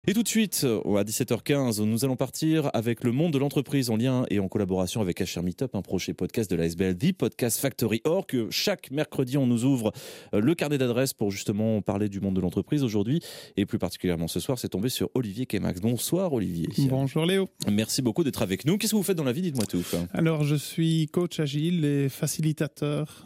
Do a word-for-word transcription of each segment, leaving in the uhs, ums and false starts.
Et tout de suite, à dix-sept heures quinze, nous allons partir avec le monde de l'entreprise en lien et en collaboration avec H R Meetup, un projet podcast de la S B L, The Podcast Factory Org. Chaque mercredi, on nous ouvre le carnet d'adresses pour justement parler du monde de l'entreprise aujourd'hui. Et plus particulièrement ce soir, c'est tombé sur Olivier Kemax. Bonsoir Olivier. Bonjour Léo. Merci beaucoup d'être avec nous. Qu'est-ce que vous faites dans la vie? Dites-moi tout. Alors, je suis coach agile et facilitateur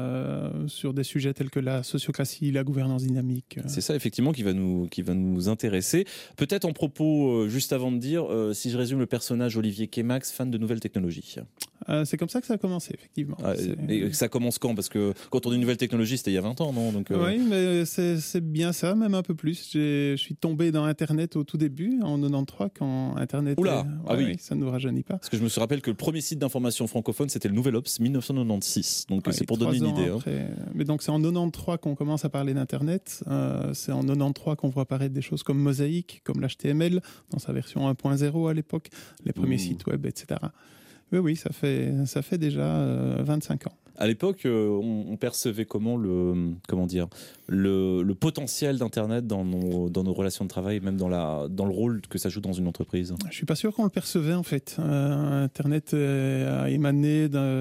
euh, sur des sujets tels que la sociocratie, la gouvernance dynamique. C'est ça effectivement qui va nous, qui va nous intéresser. Peut-être en propos, euh, juste avant de dire, euh, si je résume le personnage Olivier Kemax, fan de nouvelles technologies. Euh, c'est comme ça que ça a commencé, effectivement. Ah, et ça commence quand? Parce que quand on dit nouvelle technologie, c'était il y a vingt ans, non? Donc, euh... Oui, mais c'est, c'est bien ça, même un peu plus. J'ai, je suis tombé dans Internet au tout début, en quatre-vingt-treize, quand Internet... Oula, est... ah ouais, oui. oui. Ça ne nous rajeunit pas. Parce que je me rappelle que le premier site d'information francophone, c'était le Nouvel Obs, dix-neuf cent quatre-vingt-seize. Donc ouais, c'est pour donner une idée. Hein. Mais donc c'est en quatre-vingt-treize qu'on commence à parler d'Internet. Euh, c'est en quatre-vingt-treize qu'on voit apparaître des choses comme Mosaic, comme l'H T M L, dans sa version un point zéro à l'époque, les premiers mmh. sites web, et cetera. Oui, oui, ça fait, ça fait déjà euh, vingt-cinq ans. À l'époque, euh, on, on percevait comment le, comment dire, le, le potentiel d'Internet dans nos, dans nos relations de travail, même dans, la, dans le rôle que ça joue dans une entreprise? Je suis pas sûr qu'on le percevait en fait. Euh, Internet a émané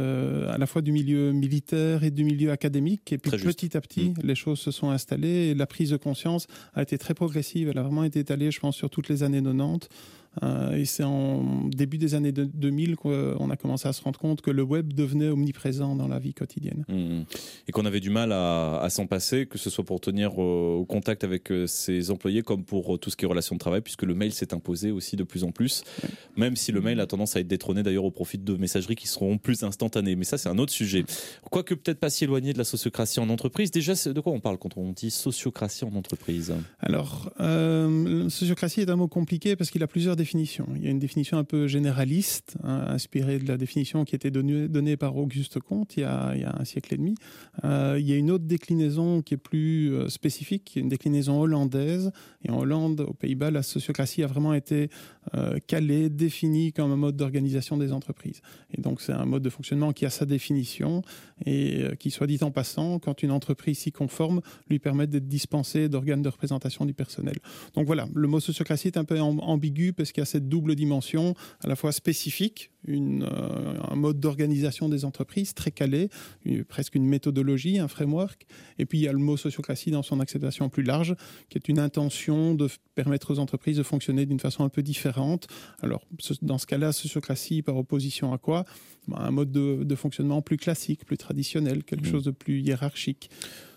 à la fois du milieu militaire et du milieu académique, et puis très petit juste. à petit, mmh. les choses se sont installées et la prise de conscience a été très progressive. Elle a vraiment été étalée, je pense, sur toutes les années quatre-vingt-dix. Euh, et c'est en début des années deux mille qu'on a commencé à se rendre compte que le web devenait omniprésent dans la vie quotidienne. Mmh. Et qu'on avait du mal à, à s'en passer, que ce soit pour tenir euh, au contact avec euh, ses employés comme pour euh, tout ce qui est relations de travail, puisque le mail s'est imposé aussi de plus en plus, ouais. même si le mail a tendance à être détrôné d'ailleurs au profit de messageries qui seront plus instantanées. Mais ça, c'est un autre sujet. Quoique peut-être pas si éloigné de la sociocratie en entreprise. Déjà, de quoi on parle quand on dit sociocratie en entreprise? Alors, euh, sociocratie est un mot compliqué parce qu'il a plusieurs définitions. Il y a une définition un peu généraliste, hein, inspirée de la définition qui était donnée, donnée par Auguste Comte il y a, il y a un siècle et demi. Euh, il y a une autre déclinaison qui est plus euh, spécifique, qui est une déclinaison hollandaise. Et en Hollande, aux Pays-Bas, la sociocratie a vraiment été euh, calée, définie comme un mode d'organisation des entreprises. Et donc, c'est un mode de fonctionnement qui a sa définition et euh, qui, soit dit en passant, quand une entreprise s'y conforme, lui permet d'être dispensée d'organes de représentation du personnel. Donc voilà, le mot sociocratie est un peu ambigu parce qu'il y a cette double dimension, à la fois spécifique, une, euh, un mode d'organisation des entreprises très calé, une, presque une méthodologie, un framework, et puis il y a le mot sociocratie dans son acceptation plus large, qui est une intention de f- permettre aux entreprises de fonctionner d'une façon un peu différente. Alors, ce, dans ce cas-là, sociocratie par opposition à quoi? Ben, un mode de, de fonctionnement plus classique, plus traditionnel, quelque mmh. chose de plus hiérarchique.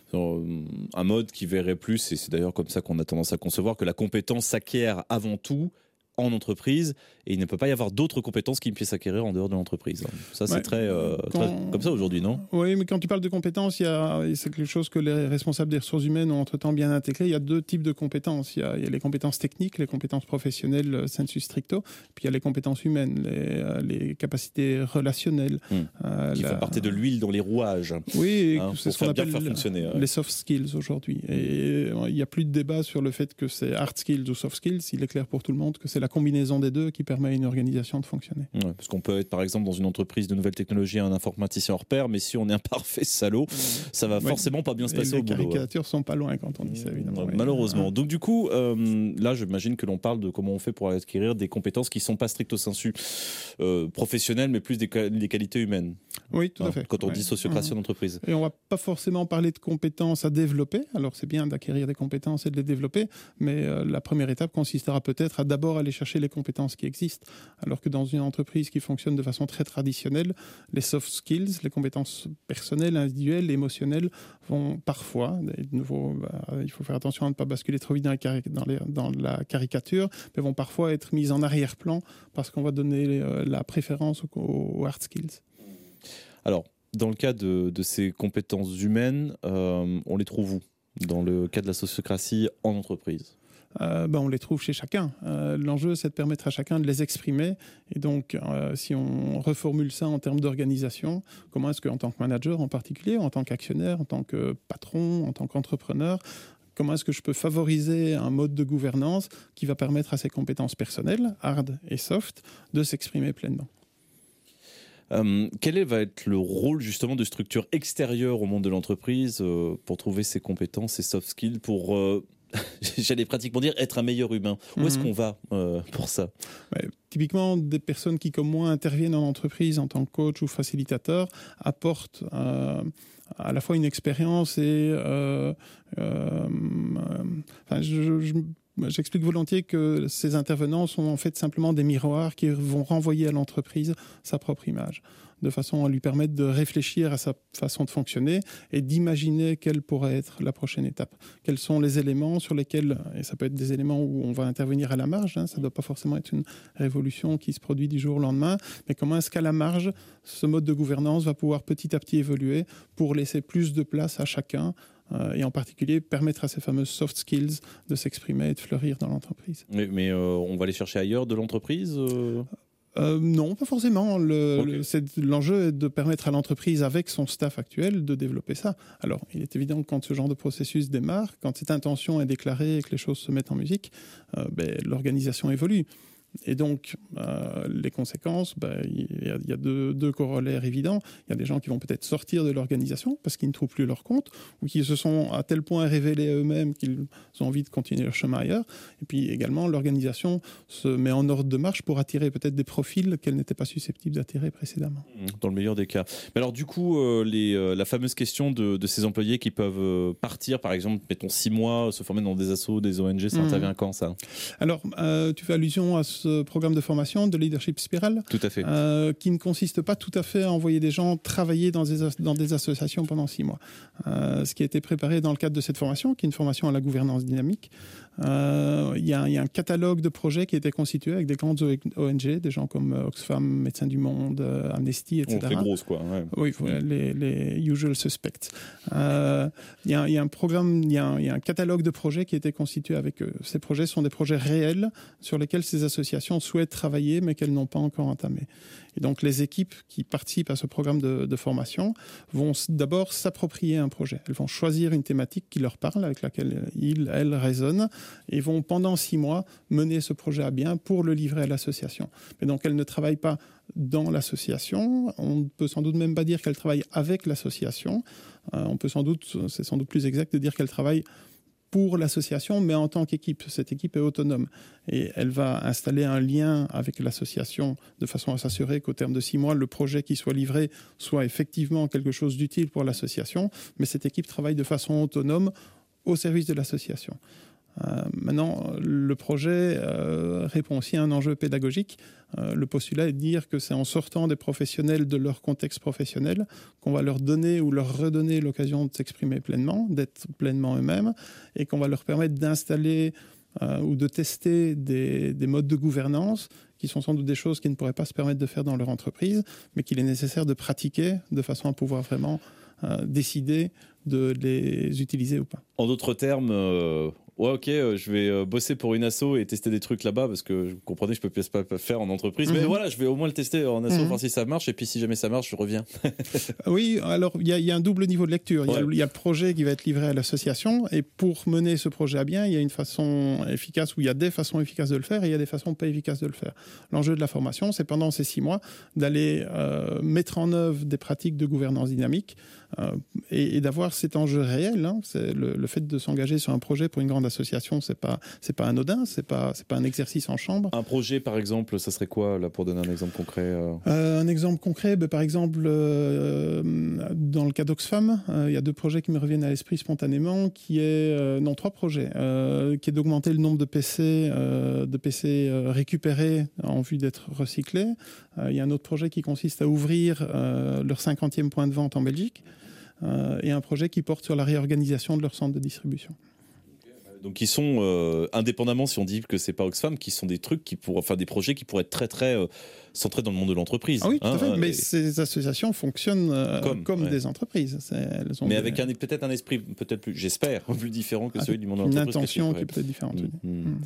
Un mode qui verrait plus, et c'est d'ailleurs comme ça qu'on a tendance à concevoir, que la compétence s'acquiert avant tout en entreprise, et il ne peut pas y avoir d'autres compétences qui puissent s'acquérir en dehors de l'entreprise. Ça, c'est ouais, très, euh, quand... très comme ça aujourd'hui, non? Oui, mais quand tu parles de compétences, il y a, c'est quelque chose que les responsables des ressources humaines ont entre-temps bien intégré. Il y a deux types de compétences. Il y a, il y a les compétences techniques, les compétences professionnelles sensu stricto, puis il y a les compétences humaines, les, les capacités relationnelles. Mmh. Euh, qui la... font partie de l'huile dans les rouages. Oui, hein, c'est ce qu'on appelle ouais. les soft skills aujourd'hui. Et il n'y a plus de débat sur le fait que c'est hard skills ou soft skills. Il est clair pour tout le monde que c'est la combinaison des deux qui permet à une organisation de fonctionner. Ouais, parce qu'on peut être par exemple dans une entreprise de nouvelles technologies un informaticien hors pair, mais si on est un parfait salaud, ça va ouais. forcément pas bien se passer Et au boulot. Les caricatures sont pas loin quand on dit ça, évidemment. Ouais, malheureusement. Ouais. Donc du coup, euh, là j'imagine que l'on parle de comment on fait pour acquérir des compétences qui sont pas stricto sensu euh, professionnelles, mais plus des, des qualités humaines. Oui, tout hein, à fait. Quand on ouais. dit sociocratie mmh. en entreprise. Et on va pas forcément parler de compétences à développer. Alors c'est bien d'acquérir des compétences et de les développer, mais euh, la première étape consistera peut-être à d'abord aller chercher les compétences qui existent. Alors que dans une entreprise qui fonctionne de façon très traditionnelle, les soft skills, les compétences personnelles, individuelles, émotionnelles, vont parfois, de nouveau, bah, il faut faire attention à ne pas basculer trop vite dans, les cari- dans, les, dans la caricature, mais vont parfois être mises en arrière-plan parce qu'on va donner euh, la préférence aux, aux hard skills. Alors, dans le cas de, de ces compétences humaines, euh, on les trouve où? Dans le cas de la sociocratie en entreprise? Euh, ben on les trouve chez chacun. Euh, l'enjeu, c'est de permettre à chacun de les exprimer. Et donc, euh, si on reformule ça en termes d'organisation, comment est-ce qu'en tant que manager en particulier, en tant qu'actionnaire, en tant que patron, en tant qu'entrepreneur, comment est-ce que je peux favoriser un mode de gouvernance qui va permettre à ces compétences personnelles, hard et soft, de s'exprimer pleinement? Euh, quel est, va être le rôle justement de structures extérieures au monde de l'entreprise euh, pour trouver ces compétences, ces soft skills, pour... Euh j'allais pratiquement dire être un meilleur humain. Où mmh. est-ce qu'on va euh, pour ça? Ouais, typiquement, des personnes qui, comme moi, interviennent en entreprise en tant que coach ou facilitateur apportent euh, à la fois une expérience et... Euh, euh, enfin, je, je, j'explique volontiers que ces intervenants sont en fait simplement des miroirs qui vont renvoyer à l'entreprise sa propre image, de façon à lui permettre de réfléchir à sa façon de fonctionner et d'imaginer quelle pourrait être la prochaine étape. Quels sont les éléments sur lesquels, et ça peut être des éléments où on va intervenir à la marge, hein, ça ne doit pas forcément être une révolution qui se produit du jour au lendemain, mais comment est-ce qu'à la marge, ce mode de gouvernance va pouvoir petit à petit évoluer pour laisser plus de place à chacun, Euh, et en particulier permettre à ces fameuses soft skills de s'exprimer et de fleurir dans l'entreprise. Mais, mais euh, on va les chercher ailleurs de l'entreprise euh... Euh, non, pas forcément. Le, okay. le, c'est, l'enjeu est de permettre à l'entreprise, avec son staff actuel, de développer ça. Alors, il est évident que quand ce genre de processus démarre, quand cette intention est déclarée et que les choses se mettent en musique, euh, ben, l'organisation évolue. Et donc, euh, les conséquences, ben, il y a, il y a deux, deux corollaires évidents. Il y a des gens qui vont peut-être sortir de l'organisation parce qu'ils ne trouvent plus leur compte ou qui se sont à tel point révélés à eux-mêmes qu'ils ont envie de continuer leur chemin ailleurs. Et puis également, l'organisation se met en ordre de marche pour attirer peut-être des profils qu'elle n'était pas susceptible d'attirer précédemment. Dans le meilleur des cas. Mais alors du coup, euh, les, euh, la fameuse question de, de ces employés qui peuvent euh, partir, par exemple, mettons six mois, se former dans des assos, des O N G, ça mmh. intervient quand ça? Alors, euh, tu fais allusion à ce programme de formation de Leadership Spiral, tout à fait, euh, qui ne consiste pas tout à fait à envoyer des gens travailler dans des, as- dans des associations pendant six mois. Euh, ce qui a été préparé dans le cadre de cette formation, qui est une formation à la gouvernance dynamique, euh, il y a, il y a un catalogue de projets qui a été constitué avec des grandes O N G, des gens comme Oxfam, Médecins du Monde, euh, Amnesty, et cetera. Oh, très grosse, quoi. Ouais. Oui, ouais, les, les usual suspects. Euh, il y a, il y a un programme, il y a un, il y a un catalogue de projets qui a été constitué avec eux. Ces projets sont des projets réels sur lesquels ces associations souhaitent travailler, mais qu'elles n'ont pas encore entamé. Et donc, les équipes qui participent à ce programme de, de formation vont d'abord s'approprier un projet. Elles vont choisir une thématique qui leur parle, avec laquelle ils, elles raisonnent, et vont pendant six mois mener ce projet à bien pour le livrer à l'association. Mais donc, elles ne travaillent pas dans l'association. On ne peut sans doute même pas dire qu'elles travaillent avec l'association. Euh, on peut sans doute, c'est sans doute plus exact de dire qu'elles travaillent pour l'association, mais en tant qu'équipe. Cette équipe est autonome et elle va installer un lien avec l'association de façon à s'assurer qu'au terme de six mois, le projet qui soit livré soit effectivement quelque chose d'utile pour l'association, mais cette équipe travaille de façon autonome au service de l'association. Euh, maintenant, le projet euh, répond aussi à un enjeu pédagogique. Euh, le postulat est de dire que c'est en sortant des professionnels de leur contexte professionnel qu'on va leur donner ou leur redonner l'occasion de s'exprimer pleinement, d'être pleinement eux-mêmes, et qu'on va leur permettre d'installer euh, ou de tester des, des modes de gouvernance qui sont sans doute des choses qu'ils ne pourraient pas se permettre de faire dans leur entreprise, mais qu'il est nécessaire de pratiquer de façon à pouvoir vraiment euh, décider de les utiliser ou pas. En d'autres termes, euh, ouais, ok, euh, je vais euh, bosser pour une asso et tester des trucs là-bas parce que vous comprenez, je peux pas, pas faire en entreprise, mm-hmm. mais voilà, je vais au moins le tester en asso, mm-hmm. voir si ça marche, et puis si jamais ça marche, je reviens. Oui, alors il y, y a un double niveau de lecture. Il ouais. y, y a le projet qui va être livré à l'association, et pour mener ce projet à bien, il y a une façon efficace, ou il y a des façons efficaces de le faire, et il y a des façons pas efficaces de le faire. L'enjeu de la formation, c'est pendant ces six mois d'aller euh, mettre en œuvre des pratiques de gouvernance dynamique euh, et, et d'avoir cet enjeu réel. Hein. C'est le, le fait de s'engager sur un projet pour une grande association, c'est pas c'est pas anodin, c'est pas c'est pas un exercice en chambre. Un projet, par exemple, ça serait quoi là, pour donner un exemple concret euh... Euh, Un exemple concret, ben, par exemple, euh, dans le cas d'Oxfam, euh, il y a deux projets qui me reviennent à l'esprit spontanément, qui est euh, non trois projets, euh, qui est d'augmenter le nombre de P C euh, de P C euh, récupérés en vue d'être recyclés. Euh, il y a un autre projet qui consiste à ouvrir euh, leur cinquantième point de vente en Belgique, euh, et un projet qui porte sur la réorganisation de leur centre de distribution. Donc, ils sont euh, indépendamment, si on dit que c'est pas Oxfam, qui sont des trucs qui pourraient, enfin des projets qui pourraient être très très euh, centrés dans le monde de l'entreprise. Ah oui, tout hein, à fait. euh, mais et... ces associations fonctionnent euh, comme, comme ouais. des entreprises. C'est, elles ont mais des... avec un, peut-être un esprit peut-être plus, j'espère, plus différent que celui du monde de l'entreprise. l'entreprise. Une intention qui est peut-être différente. Mmh, mmh. Mmh.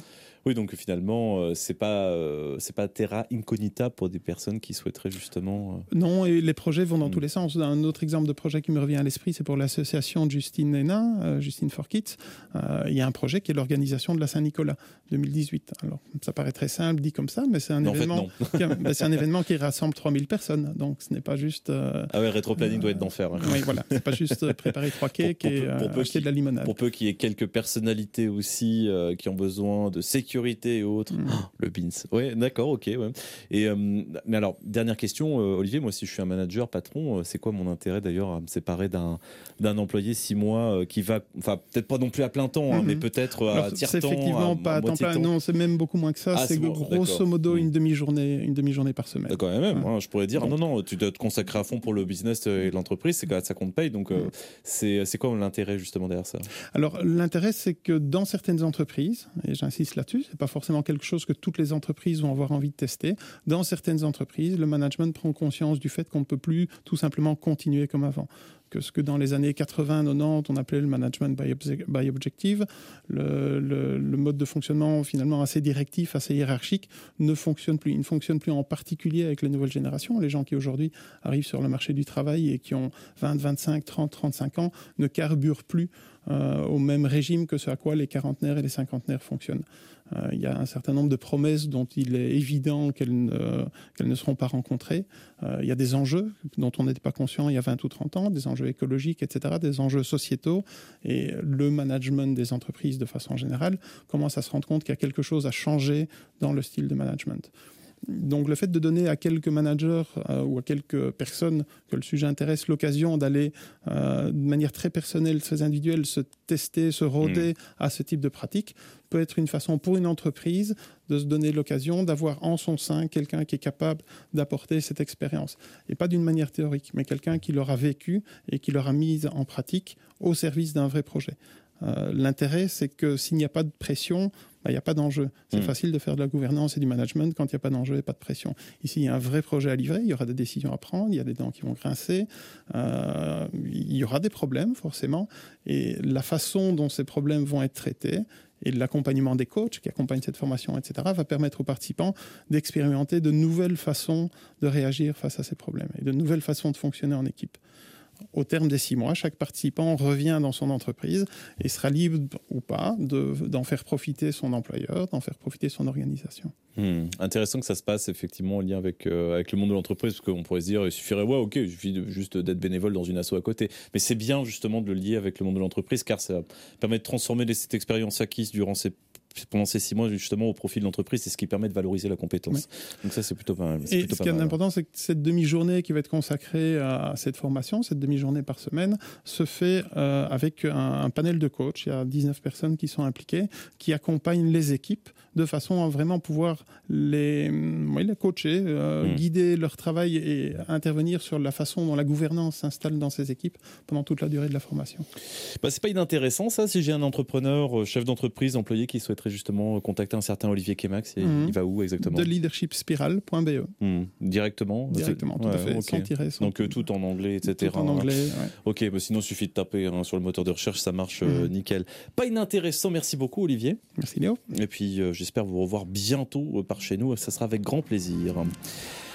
Oui, donc finalement, euh, c'est pas euh, c'est pas terra incognita pour des personnes qui souhaiteraient justement. Euh... Non, et les projets vont dans mmh. tous les sens. Un autre exemple de projet qui me revient à l'esprit, c'est pour l'association Justine Hénin, euh, Justine for Kids. Euh, il y a un projet qui est l'organisation de la Saint-Nicolas deux mille dix-huit. Alors, ça paraît très simple dit comme ça, mais c'est un mais événement. En fait, qui, ben, c'est un événement qui rassemble trois mille personnes. Donc, ce n'est pas juste. Euh, ah ouais, rétro-planning euh, doit être d'enfer. Hein. Oui, voilà. C'est pas juste préparer trois cakes pour, pour, et pour, pour euh, acheter de la limonade. Pour peu qu'il y ait quelques personnalités aussi euh, qui ont besoin de sécurité et autres. Mmh. Oh, le beans. Oui, d'accord, ok. Ouais. Et, euh, mais alors, dernière question, euh, Olivier, moi si je suis un manager, patron, euh, c'est quoi mon intérêt d'ailleurs à me séparer d'un, d'un employé six mois euh, qui va, enfin peut-être pas non plus à plein temps, mmh. hein, mais peut-être à tiers-temps. C'est effectivement à, pas à, à temps plein, non, c'est même beaucoup moins que ça. Ah, c'est, c'est bon, grosso d'accord. modo une demi-journée, une demi-journée par semaine. D'accord, même, hein. Hein, je pourrais dire, donc, non, non, tu dois te consacrer à fond pour le business et l'entreprise, c'est ça qu'on te paye, donc euh, mmh. c'est, c'est quoi l'intérêt justement derrière ça? Alors l'intérêt, c'est que dans certaines entreprises, et j'insiste là-dessus, c'est pas forcément quelque chose que toutes les entreprises vont avoir envie de tester. Dans certaines entreprises, le management prend conscience du fait qu'on ne peut plus tout simplement continuer comme avant. Que ce que dans les années quatre-vingts quatre-vingt-dix, on appelait le management by, obje- by objective, le, le, le mode de fonctionnement finalement assez directif, assez hiérarchique, ne fonctionne plus. Il ne fonctionne plus en particulier avec les nouvelles générations. Les gens qui aujourd'hui arrivent sur le marché du travail et qui ont vingt, vingt-cinq, trente, trente-cinq ans ne carburent plus euh, au même régime que ce à quoi les quarantenaires et les cinquantenaires fonctionnent. Euh, il y a un certain nombre de promesses dont il est évident qu'elles ne, qu'elles ne seront pas rencontrées. Euh, il y a des enjeux dont on n'était pas conscient il y a vingt ou trente ans, des enjeux écologiques, et cetera, des enjeux sociétaux. Et le management des entreprises, de façon générale, commence à se rendre compte qu'il y a quelque chose à changer dans le style de management. Donc le fait de donner à quelques managers euh, ou à quelques personnes que le sujet intéresse l'occasion d'aller euh, de manière très personnelle, très individuelle, se tester, se rôder mmh. à ce type de pratique peut être une façon pour une entreprise de se donner l'occasion d'avoir en son sein quelqu'un qui est capable d'apporter cette expérience. Et pas d'une manière théorique, mais quelqu'un qui l'aura vécu et qui l'aura mise en pratique au service d'un vrai projet. Euh, l'intérêt, c'est que s'il n'y a pas de pression, il n'y a pas d'enjeu. C'est mmh. facile de faire de la gouvernance et du management quand il n'y a pas d'enjeu et pas de pression. Ici, il y a un vrai projet à livrer, il y aura des décisions à prendre, il y a des dents qui vont grincer, euh, il y aura des problèmes forcément, et la façon dont ces problèmes vont être traités et l'accompagnement des coachs qui accompagnent cette formation, et cetera, va permettre aux participants d'expérimenter de nouvelles façons de réagir face à ces problèmes et de nouvelles façons de fonctionner en équipe. Au terme des six mois, chaque participant revient dans son entreprise et sera libre ou pas de, d'en faire profiter son employeur, d'en faire profiter son organisation. Mmh. Intéressant que ça se passe effectivement en lien avec, euh, avec le monde de l'entreprise, parce qu'on pourrait se dire, il suffirait, ouais, ok, il suffit de, juste d'être bénévole dans une asso à côté. Mais c'est bien justement de le lier avec le monde de l'entreprise, car ça permet de transformer les, cette expérience acquise durant ces pendant ces six mois justement au profit de l'entreprise, c'est ce qui permet de valoriser la compétence. Oui. Donc ça c'est plutôt pas mal. C'est et plutôt ce qui est important, c'est que cette demi-journée qui va être consacrée à cette formation, cette demi-journée par semaine, se fait euh, avec un, un panel de coachs. Il y a dix-neuf personnes qui sont impliquées, qui accompagnent les équipes de façon à vraiment pouvoir les, oui, les coacher, euh, mmh. guider leur travail et intervenir sur la façon dont la gouvernance s'installe dans ces équipes pendant toute la durée de la formation. Bah, c'est pas inintéressant ça, si j'ai un entrepreneur, chef d'entreprise, employé qui souhaiterait justement contacter un certain Olivier Kemax, et mmh. il va où exactement? de leadership spiral point b e. Mmh. Directement Directement, tout ouais, à fait, okay. sans tirer. Sans Donc tout, tout en anglais, et cetera. Tout en anglais, ouais. Ok, bah sinon il suffit de taper hein, sur le moteur de recherche, ça marche mmh. euh, nickel. Pas inintéressant, merci beaucoup Olivier. Merci Léo. Et puis euh, j'espère vous revoir bientôt euh, par chez nous, ça sera avec grand plaisir.